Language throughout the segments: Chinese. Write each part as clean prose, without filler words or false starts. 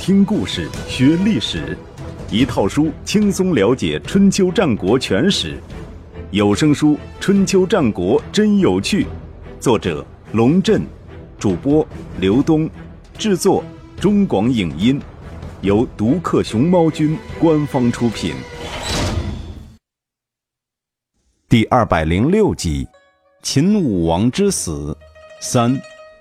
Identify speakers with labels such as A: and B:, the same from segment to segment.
A: 听故事学历史，一套书轻松了解春秋战国全史。有声书《春秋战国真有趣》，作者龙震，主播刘东，制作中广影音，由独克熊猫君官方出品。第206集，秦武王之死3。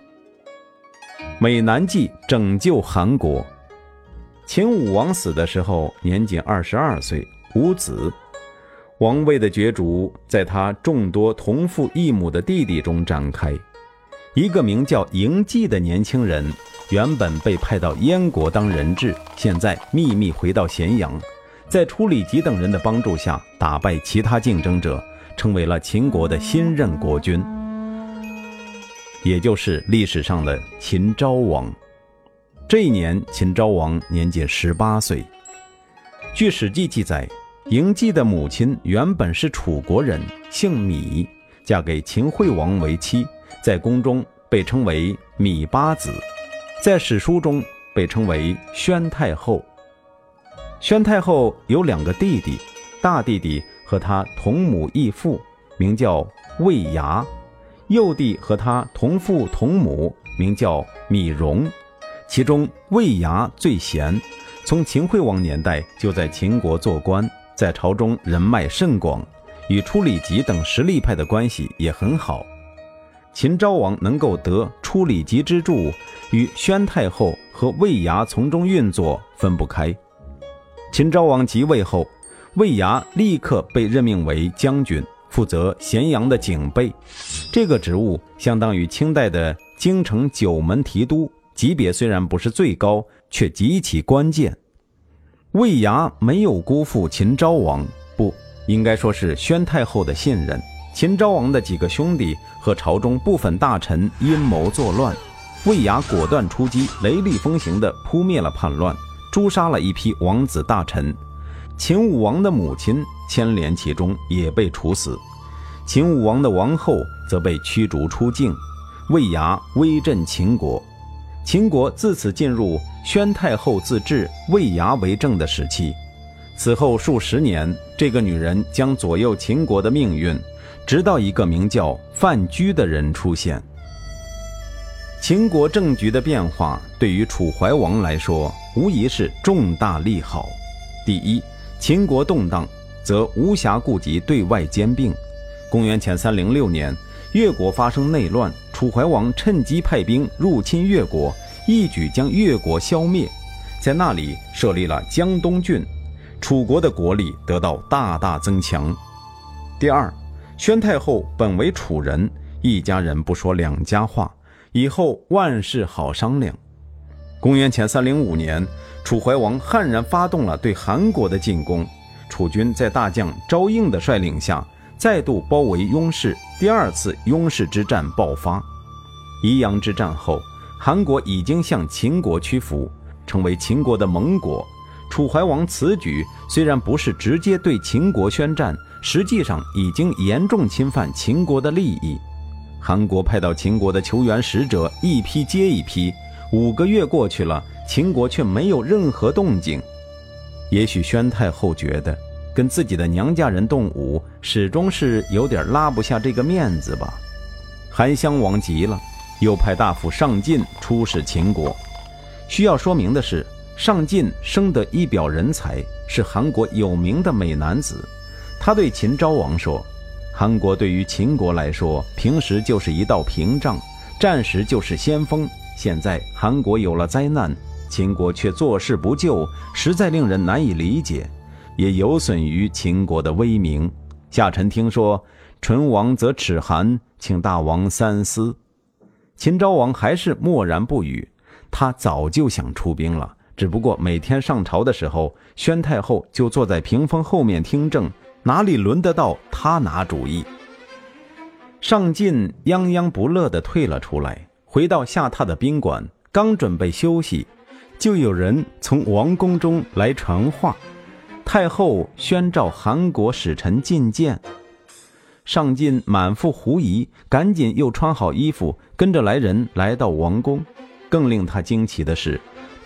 A: 美南计拯救韩国。秦武王死的时候年仅22岁，无子。王位的角逐在他众多同父异母的弟弟中展开。一个名叫嬴稷的年轻人，原本被派到燕国当人质，现在秘密回到咸阳，在处理吉等人的帮助下打败其他竞争者，成为了秦国的新任国君，也就是历史上的秦昭王。这一年秦昭王年仅18岁。据史记记载，嬴稷的母亲原本是楚国人，姓芈，嫁给秦惠王为妻，在宫中被称为芈八子，在史书中被称为宣太后。宣太后有2个弟弟，大弟弟和他同母异父，名叫魏牙；幼弟和他同父同母，名叫芈戎。其中魏牙最贤，从秦惠王年代就在秦国做官，在朝中人脉甚广，与初里吉等实力派的关系也很好。秦昭王能够得初里吉之助，与宣太后和魏牙从中运作分不开。秦昭王即位后，魏牙立刻被任命为将军，负责咸阳的警备。这个职务相当于清代的京城9门提督，级别虽然不是最高，却极其关键。魏牙没有辜负秦昭王，不，应该说是宣太后的信任。秦昭王的几个兄弟和朝中部分大臣阴谋作乱，魏牙果断出击，雷厉风行地扑灭了叛乱，诛杀了一批王子大臣。秦武王的母亲牵连其中，也被处死。秦武王的王后则被驱逐出境。魏牙威震秦国，秦国自此进入宣太后自治，魏牙为政的时期。此后数十年，这个女人将左右秦国的命运，直到一个名叫范雎的人出现。秦国政局的变化对于楚怀王来说无疑是重大利好。第一，秦国动荡，则无暇顾及对外兼并。公元前306年，越国发生内乱，楚怀王趁机派兵入侵越国，一举将越国消灭，在那里设立了江东郡，楚国的国力得到大大增强。第二，宣太后本为楚人，一家人不说两家话，以后万事好商量。公元前305年，楚怀王悍然发动了对韩国的进攻，楚军在大将昭应的率领下再度包围雍氏，第2次雍氏之战爆发。宜阳之战后，韩国已经向秦国屈服，成为秦国的盟国。楚怀王此举虽然不是直接对秦国宣战，实际上已经严重侵犯秦国的利益。韩国派到秦国的求援使者一批接一批，5个月过去了，秦国却没有任何动静。也许宣太后觉得跟自己的娘家人动武，始终是有点拉不下这个面子吧。韩襄王急了，又派大夫上进出使秦国。需要说明的是，上进生得一表人才，是韩国有名的美男子。他对秦昭王说，韩国对于秦国来说，平时就是一道屏障，战时就是先锋，现在韩国有了灾难，秦国却坐视不救，实在令人难以理解，也有损于秦国的威名。下臣听说，唇亡则齿寒，请大王三思。秦昭王还是默然不语，他早就想出兵了，只不过每天上朝的时候，宣太后就坐在屏风后面听政，哪里轮得到他拿主意。上进泱泱不乐地退了出来，回到下榻的宾馆，刚准备休息，就有人从王宫中来传话，太后宣召韩国使臣觐见。上进满腹狐疑，赶紧又穿好衣服，跟着来人来到王宫。更令他惊奇的是，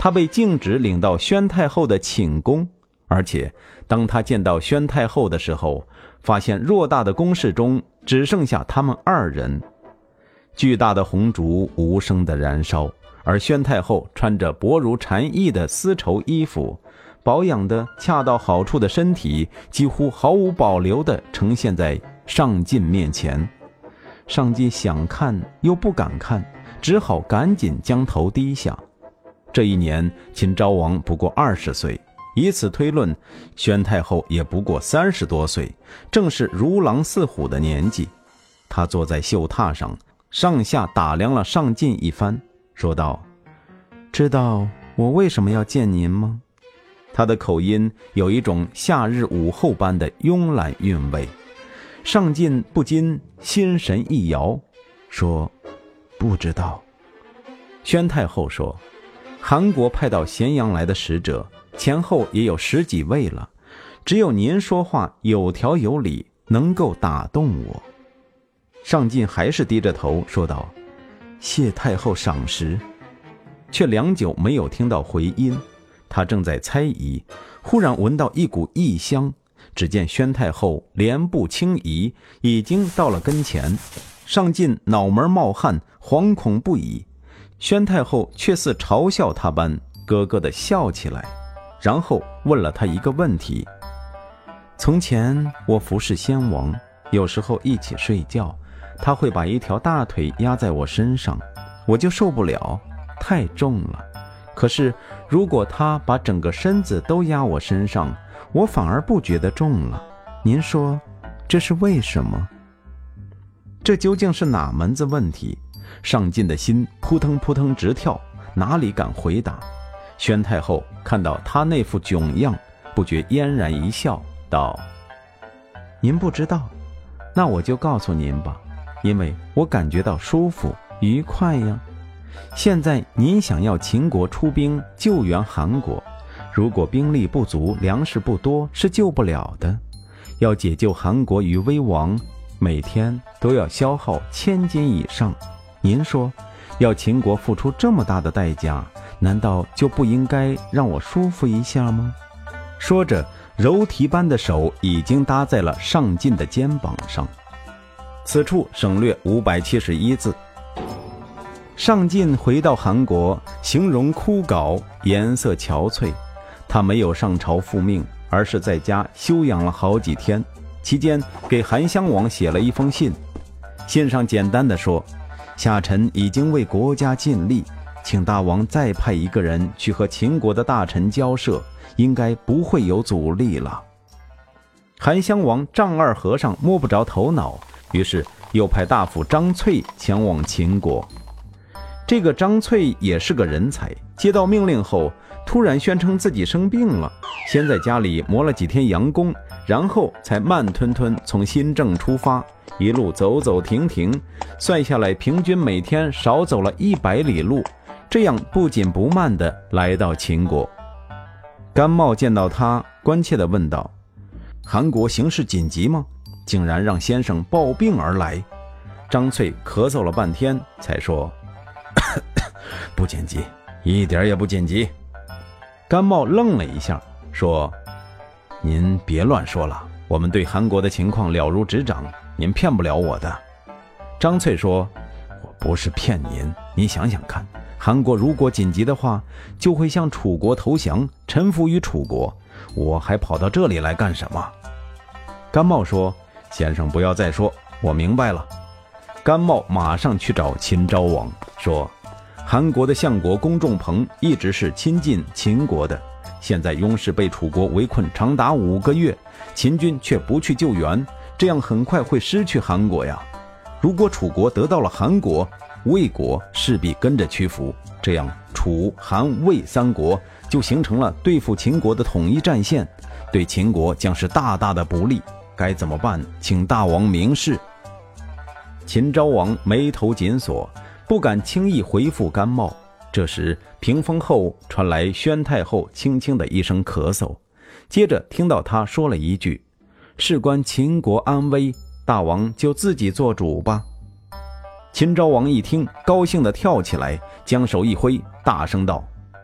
A: 他被禁止领到宣太后的寝宫，而且当他见到宣太后的时候，发现偌大的宫室中只剩下他们2人。巨大的红烛无声地燃烧，而宣太后穿着薄如蝉翼的丝绸衣服，保养得恰到好处的身体几乎毫无保留地呈现在上进面前。上进想看又不敢看，只好赶紧将头低下。这一年秦昭王不过20岁，以此推论，宣太后也不过30多岁，正是如狼似虎的年纪。他坐在绣榻上，上下打量了上进一番，说道：知道我为什么要见您吗？他的口音有一种夏日午后般的慵懒韵味。上进不禁心神一摇，说：不知道。宣太后说：韩国派到咸阳来的使者前后也有10几位了，只有您说话有条有理，能够打动我。上进还是低着头说道：谢太后赏识。却良久没有听到回音。他正在猜疑，忽然闻到一股异香，只见宣太后莲步轻移，已经到了跟前。上进脑门冒汗，惶恐不已。宣太后却似嘲笑他般咯咯地笑起来，然后问了他一个问题：从前我服侍先王，有时候一起睡觉，他会把一条大腿压在我身上，我就受不了，太重了。可是如果他把整个身子都压我身上，我反而不觉得重了。您说这是为什么？这究竟是哪门子问题？上进的心扑腾扑腾直跳，哪里敢回答？宣太后看到他那副窘样，不觉嫣然一笑，道：您不知道，那我就告诉您吧，因为我感觉到舒服愉快呀。现在您想要秦国出兵救援韩国，如果兵力不足，粮食不多，是救不了的。要解救韩国于危亡，每天都要消耗1000斤以上。您说，要秦国付出这么大的代价，难道就不应该让我舒服一下吗？说着，柔荑般的手已经搭在了上进的肩膀上。此处省略571字。上进回到韩国，形容枯槁，颜色憔悴。他没有上朝复命，而是在家休养了好几天，期间给韩襄王写了一封信。信上简单地说：下臣已经为国家尽力，请大王再派一个人去和秦国的大臣交涉，应该不会有阻力了。韩襄王丈二和尚摸不着头脑，于是又派大夫张翠前往秦国。这个张翠也是个人才，接到命令后突然宣称自己生病了，先在家里磨了几天洋工，然后才慢吞吞从新郑出发，一路走走停停，算下来平均每天少走了100里路，这样不紧不慢地来到秦国。甘茂见到他，关切地问道：韩国形势紧急吗？竟然让先生抱病而来。张翠咳嗽了半天才说：不紧急，一点也不紧急。甘茂愣了一下，说：您别乱说了，我们对韩国的情况了如指掌，您骗不了我的。张翠说：我不是骗您，您想想看，韩国如果紧急的话，就会向楚国投降，臣服于楚国，我还跑到这里来干什么？甘茂说：先生不要再说，我明白了。甘茂马上去找秦昭王，说：韩国的相国公仲朋一直是亲近秦国的，现在雍氏被楚国围困长达5个月，秦军却不去救援，这样很快会失去韩国呀。如果楚国得到了韩国，魏国势必跟着屈服，这样楚、韩、魏3国就形成了对付秦国的统一战线，对秦国将是大大的不利。该怎么办？请大王明示。秦昭王眉头紧锁，不敢轻易回复甘茂。这时屏风后传来宣太后轻轻的一声咳嗽，接着听到他说了一句：事关秦国安危，大王就自己做主吧。秦昭王一听，高兴地跳起来，将手一挥，大声道：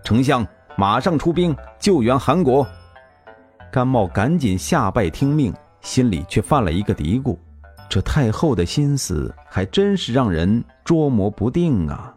A: 丞相，马上出兵救援韩国。甘茂赶紧下拜听命，心里却犯了一个嘀咕，这太后的心思还真是让人捉摸不定啊。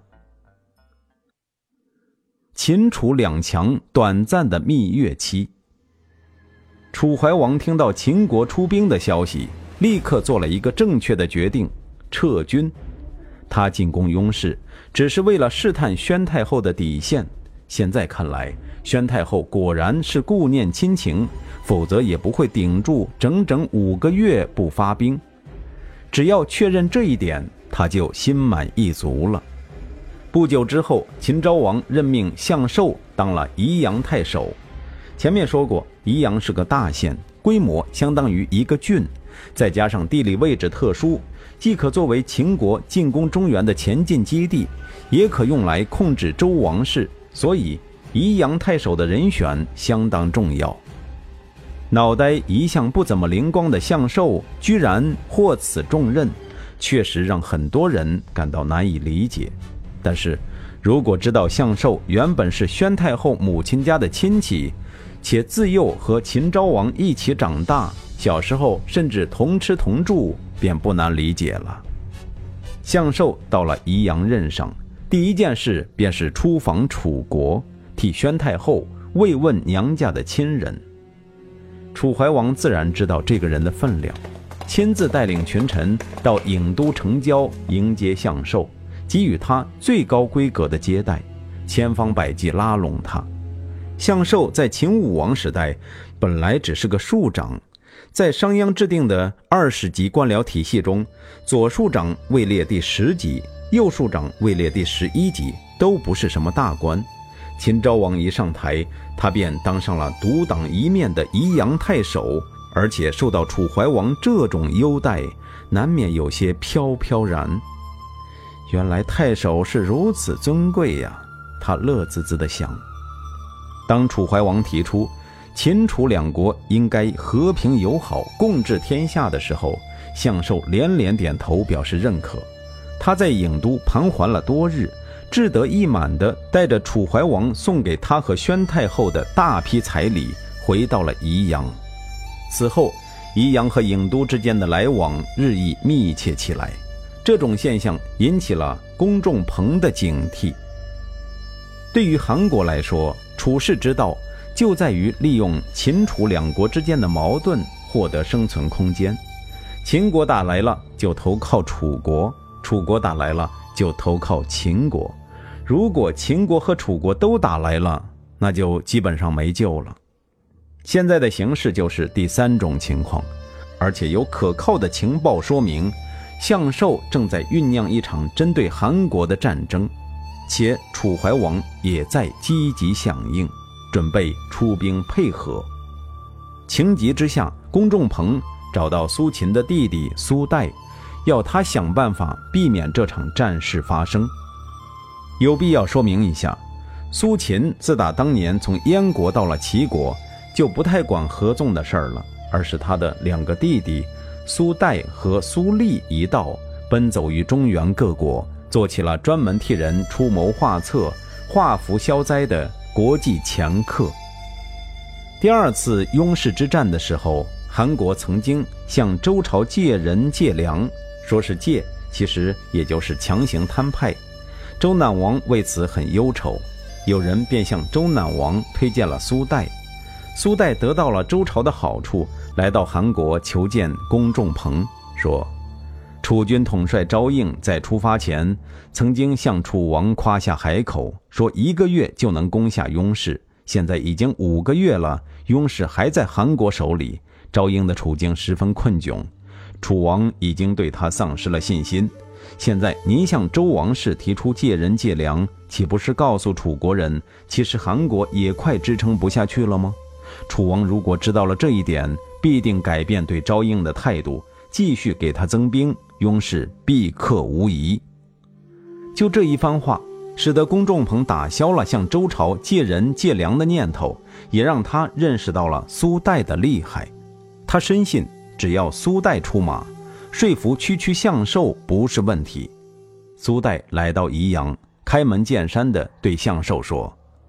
A: 秦楚两强短暂的蜜月期。楚怀王听到秦国出兵的消息，立刻做了一个正确的决定，撤军。他进攻雍氏只是为了试探宣太后的底线，现在看来宣太后果然是顾念亲情，否则也不会顶住整整5个月不发兵。只要确认这一点，他就心满意足了。不久之后，秦昭王任命向寿当了宜阳太守。前面说过，宜阳是个大县，规模相当于一个郡，再加上地理位置特殊，既可作为秦国进攻中原的前进基地，也可用来控制周王室，所以宜阳太守的人选相当重要。脑袋一向不怎么灵光的向寿居然获此重任，确实让很多人感到难以理解。但是如果知道向寿原本是宣太后母亲家的亲戚，且自幼和秦昭王一起长大，小时候甚至同吃同住，便不难理解了。向寿到了宜阳任上，第一件事便是出访楚国，替宣太后慰问娘家的亲人。楚怀王自然知道这个人的分量，亲自带领群臣到郢都城郊迎接向寿，给予他最高规格的接待，千方百计拉拢他。向寿在秦武王时代本来只是个庶长，在商鞅制定的20级官僚体系中，左庶长位列第10级，右庶长位列第11级，都不是什么大官。秦昭王一上台，他便当上了独当一面的宜阳太守，而且受到楚怀王这种优待，难免有些飘飘然。原来太守是如此尊贵呀，他乐滋滋地想。当楚怀王提出秦楚两国应该和平友好共治天下的时候，向寿连连点头表示认可。他在郢都盘桓了多日，志得意满地带着楚怀王送给他和宣太后的大批彩礼回到了宜阳。此后宜阳和郢都之间的来往日益密切起来，这种现象引起了公仲朋的警惕。对于韩国来说，处世之道就在于利用秦楚两国之间的矛盾获得生存空间。秦国打来了就投靠楚国，楚国打来了就投靠秦国。如果秦国和楚国都打来了，那就基本上没救了。现在的形势就是第3种情况，而且有可靠的情报说明，向寿正在酝酿一场针对韩国的战争，且楚怀王也在积极响应，准备出兵配合。情急之下，公仲朋找到苏秦的弟弟苏代，要他想办法避免这场战事发生。有必要说明一下，苏秦自打当年从燕国到了齐国，就不太管合纵的事儿了，而是他的2个弟弟苏代和苏厉一道奔走于中原各国，做起了专门替人出谋划策、化福消灾的国际掮客。第2次雍氏之战的时候，韩国曾经向周朝借人借粮，说是借，其实也就是强行摊派。周赧王为此很忧愁，有人便向周赧王推荐了苏代。苏代得到了周朝的好处，来到韩国求见公仲朋，说楚军统帅昭应在出发前曾经向楚王夸下海口，说1个月就能攻下雍氏，现在已经5个月了，雍氏还在韩国手里，昭应的处境十分困窘，楚王已经对他丧失了信心。现在您向周王室提出借人借粮，岂不是告诉楚国人，其实韩国也快支撑不下去了吗？楚王如果知道了这一点，必定改变对昭应的态度，继续给他增兵，雍氏必克无疑。就这一番话，使得公仲朋打消了向周朝借人借粮的念头，也让他认识到了苏代的厉害。他深信只要苏代出马，说服区区向寿不是问题。苏代来到宜阳，开门见山地对向寿说，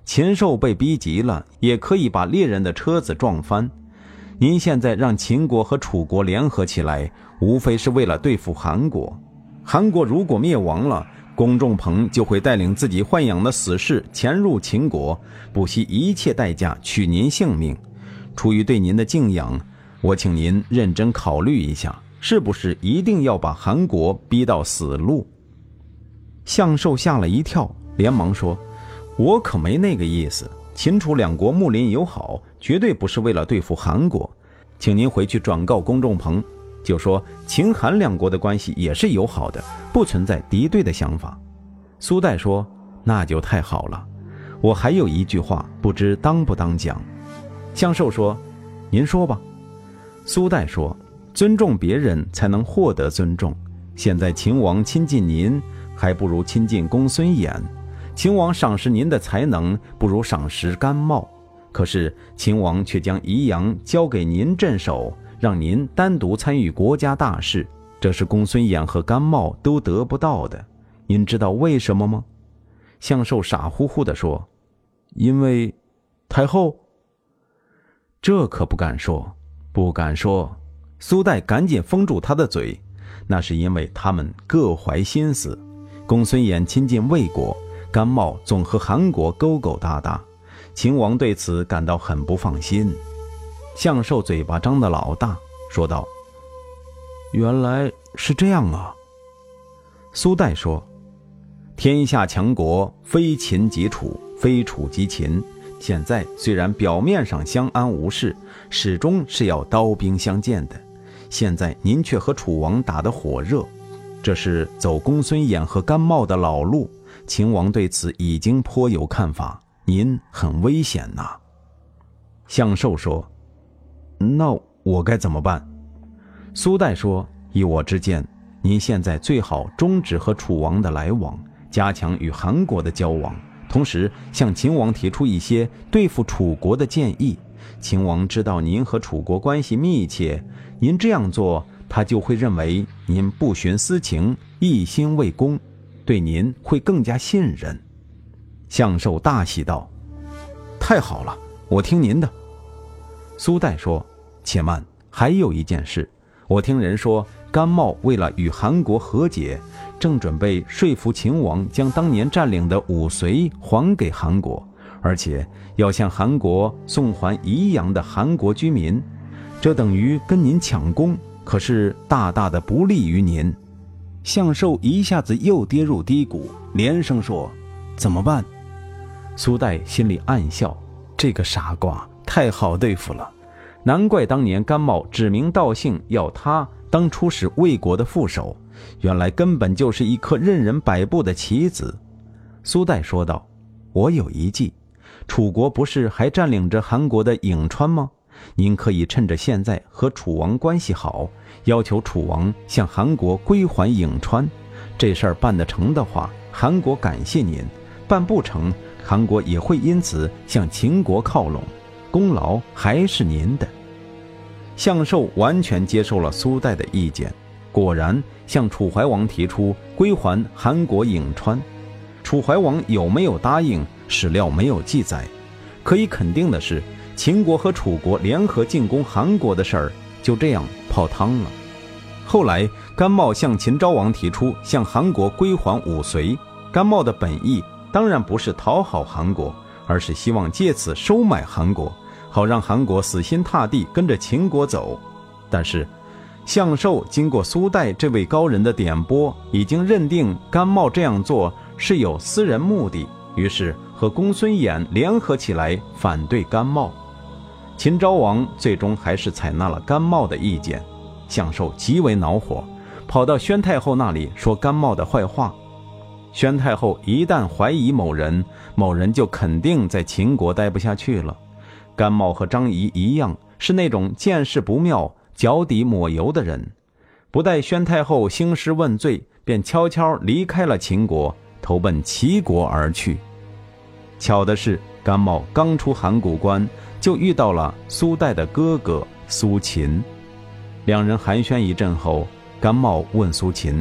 A: 禽兽被逼急了，也可以把猎人的车子撞翻。您现在让秦国和楚国联合起来，无非是为了对付韩国。韩国如果灭亡了，公仲朋就会带领自己豢养的死士潜入秦国，不惜一切代价取您性命。出于对您的敬仰，我请您认真考虑一下，是不是一定要把韩国逼到死路？向寿吓了一跳，连忙说：我可没那个意思，秦楚两国睦邻友好，绝对不是为了对付韩国。请您回去转告公仲朋，就说秦韩两国的关系也是友好的，不存在敌对的想法。苏代说：那就太好了，我还有一句话，不知当不当讲。向寿说：您说吧。苏代说：尊重别人才能获得尊重，现在秦王亲近您，还不如亲近公孙衍。秦王赏识您的才能，不如赏识甘茂。可是秦王却将宜阳交给您镇守，让您单独参与国家大事，这是公孙衍和甘茂都得不到的。您知道为什么吗？向寿傻乎乎地说：因为太后。这可不敢说，不敢说。苏代赶紧封住他的嘴，那是因为他们各怀心思。公孙衍亲近魏国，甘茂总和韩国勾勾搭搭，秦王对此感到很不放心。向寿嘴巴张得老大，说道：原来是这样啊。苏代说：天下强国非秦即楚，非楚即秦，现在虽然表面上相安无事，始终是要刀兵相见的。现在您却和楚王打得火热，这是走公孙衍和甘茂的老路，秦王对此已经颇有看法，您很危险呐。向寿说：那我该怎么办？苏代说：依我之见，您现在最好终止和楚王的来往，加强与韩国的交往，同时向秦王提出一些对付楚国的建议。秦王知道您和楚国关系密切，您这样做，他就会认为您不徇私情，一心为公，对您会更加信任。向寿大喜道：太好了，我听您的。苏代说：且慢，还有一件事，我听人说甘茂为了与韩国和解，正准备说服秦王将当年占领的五绥还给韩国，而且要向韩国送还宜阳的韩国居民，这等于跟您抢功，可是大大的不利于您。向寿一下子又跌入低谷，连声说：怎么办？苏代心里暗笑，这个傻瓜太好对付了，难怪当年甘茂指名道姓要他当初是魏国的副手，原来根本就是一颗任人摆布的棋子。苏代说道：我有一计，楚国不是还占领着韩国的颍川吗？您可以趁着现在和楚王关系好，要求楚王向韩国归还颍川。这事儿办得成的话，韩国感谢您；办不成，韩国也会因此向秦国靠拢，功劳还是您的。向寿完全接受了苏代的意见，果然向楚怀王提出归还韩国颍川。楚怀王有没有答应，史料没有记载，可以肯定的是，秦国和楚国联合进攻韩国的事儿就这样泡汤了。后来甘茂向秦昭王提出向韩国归还五绥，甘茂的本意当然不是讨好韩国，而是希望借此收买韩国，好让韩国死心塌地跟着秦国走。但是向寿经过苏代这位高人的点拨，已经认定甘茂这样做是有私人目的，于是和公孙衍联合起来反对甘茂。秦昭王最终还是采纳了甘茂的意见，向寿极为恼火，跑到宣太后那里说甘茂的坏话。宣太后一旦怀疑某人，某人就肯定在秦国待不下去了。甘茂和张仪一样，是那种见势不妙，脚底抹油的人。不待宣太后兴师问罪，便悄悄离开了秦国，投奔齐国而去。巧的是，甘茂刚出函谷关，就遇到了苏代的哥哥苏秦。两人寒暄一阵后，甘茂问苏秦：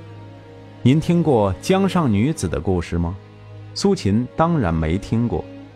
A: 您听过江上女子的故事吗？苏秦当然没听过，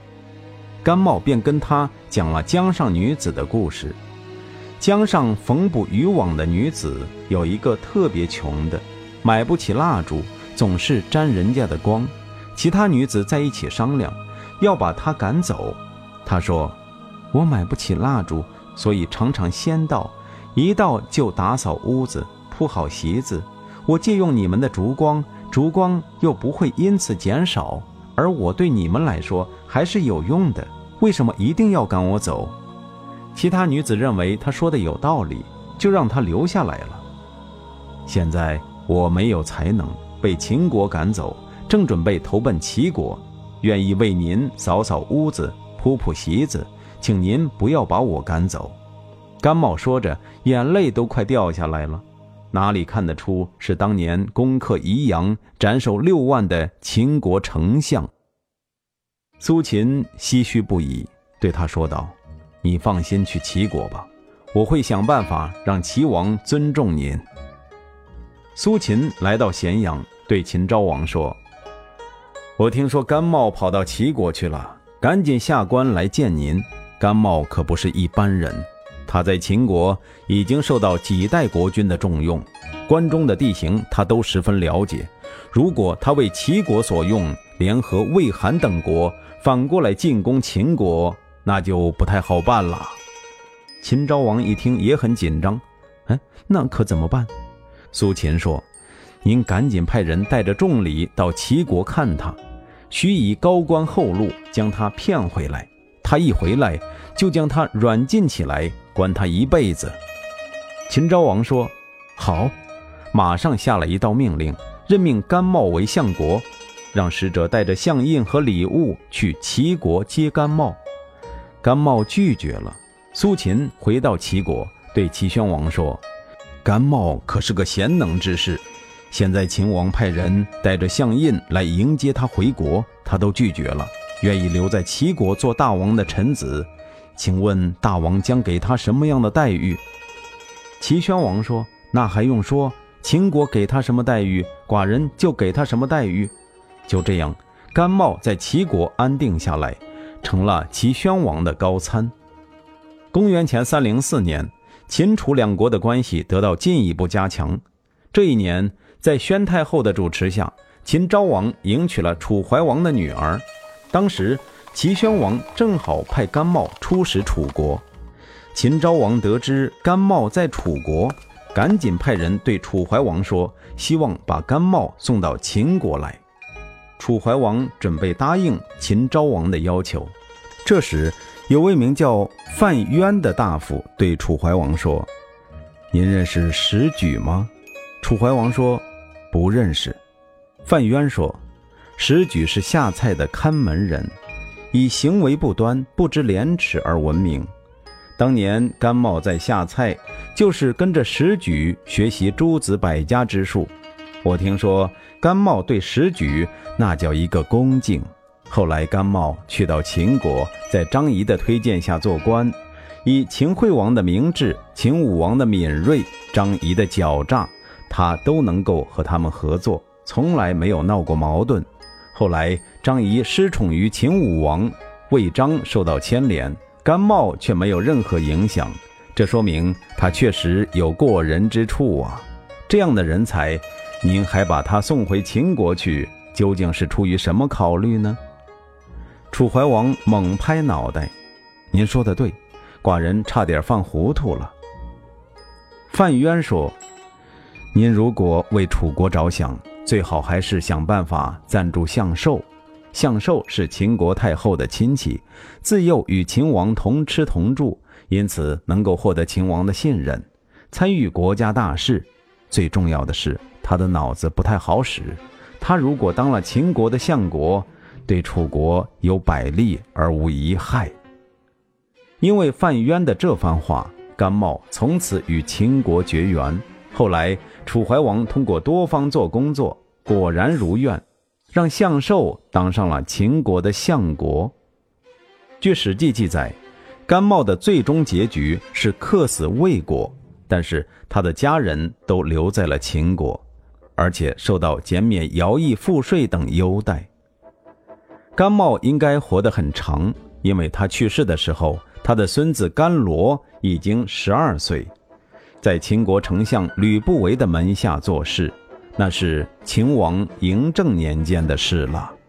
A: 甘茂便跟他讲了江上女子的故事。江上缝补渔网的女子有一个特别穷的，买不起蜡烛，总是沾人家的光。其他女子在一起商量，要把她赶走。她说：“我买不起蜡烛，所以常常先到，一到就打扫屋子，铺好席子。我借用你们的烛光，烛光又不会因此减少，而我对你们来说还是有用的，为什么一定要赶我走？”其他女子认为他说的有道理，就让他留下来了。现在我没有才能，被秦国赶走，正准备投奔齐国，愿意为您扫扫屋子，铺铺席子，请您不要把我赶走。甘茂说着，眼泪都快掉下来了，哪里看得出是当年攻克宜阳，斩首6万的秦国丞相。苏秦唏嘘不已，对他说道：“你放心去齐国吧，我会想办法让齐王尊重您。”苏秦来到咸阳，对秦昭王说：“我听说甘茂跑到齐国去了，赶紧下官来见您。甘茂可不是一般人，他在秦国已经受到几代国君的重用，关中的地形他都十分了解。如果他为齐国所用，联合魏韩等国，反过来进攻秦国，那就不太好办了。”秦昭王一听也很紧张，那可怎么办？苏秦说：“您赶紧派人带着重礼到齐国看他，许以高官厚禄将他骗回来。他一回来，就将他软禁起来，关他一辈子。”秦昭王说：“好。”马上下了一道命令，任命甘茂为相国，让使者带着相印和礼物去齐国接甘茂。甘茂拒绝了。苏秦回到齐国，对齐宣王说：“甘茂可是个贤能之士，现在秦王派人带着相印来迎接他回国，他都拒绝了，愿意留在齐国做大王的臣子。请问大王将给他什么样的待遇？”齐宣王说：“那还用说，秦国给他什么待遇，寡人就给他什么待遇。”就这样，甘茂在齐国安定下来，成了齐宣王的高参。公元前304年，秦楚两国的关系得到进一步加强。这一年，在宣太后的主持下，秦昭王迎娶了楚怀王的女儿。当时齐宣王正好派甘茂出使楚国。秦昭王得知甘茂在楚国，赶紧派人对楚怀王说，希望把甘茂送到秦国来。楚怀王准备答应秦昭王的要求。这时有位名叫范渊的大夫对楚怀王说：“您认识石举吗？”楚怀王说：“不认识。”范渊说：“石举是下蔡的看门人，以行为不端、不知廉耻而闻名。当年甘茂在下蔡，就是跟着石举学习诸子百家之术。我听说甘茂对石举那叫一个恭敬。后来甘茂去到秦国，在张仪的推荐下做官，以秦惠王的明智、秦武王的敏锐、张仪的狡诈，他都能够和他们合作，从来没有闹过矛盾。后来张仪失宠于秦武王，魏章受到牵连，甘茂却没有任何影响，这说明他确实有过人之处啊。这样的人才，您还把他送回秦国去，究竟是出于什么考虑呢？楚怀王猛拍脑袋：“您说的对，寡人差点犯糊涂了。”范渊说：“您如果为楚国着想，最好还是想办法赞助向寿。向寿是秦国太后的亲戚，自幼与秦王同吃同住，因此能够获得秦王的信任，参与国家大事。最重要的是，他的脑子不太好使，他如果当了秦国的相国，对楚国有百利而无一害。”因为范渊的这番话，甘茂从此与秦国绝缘。后来楚怀王通过多方做工作，果然如愿，让向寿当上了秦国的相国。据《史记》记载，甘茂的最终结局是客死魏国，但是他的家人都留在了秦国，而且受到减免徭役赋税等优待。甘茂应该活得很长， 因为他去世的时候，他的孙子甘罗已经12岁，在秦国丞相吕不韦的门下做事，那是秦王嬴政年间的事了。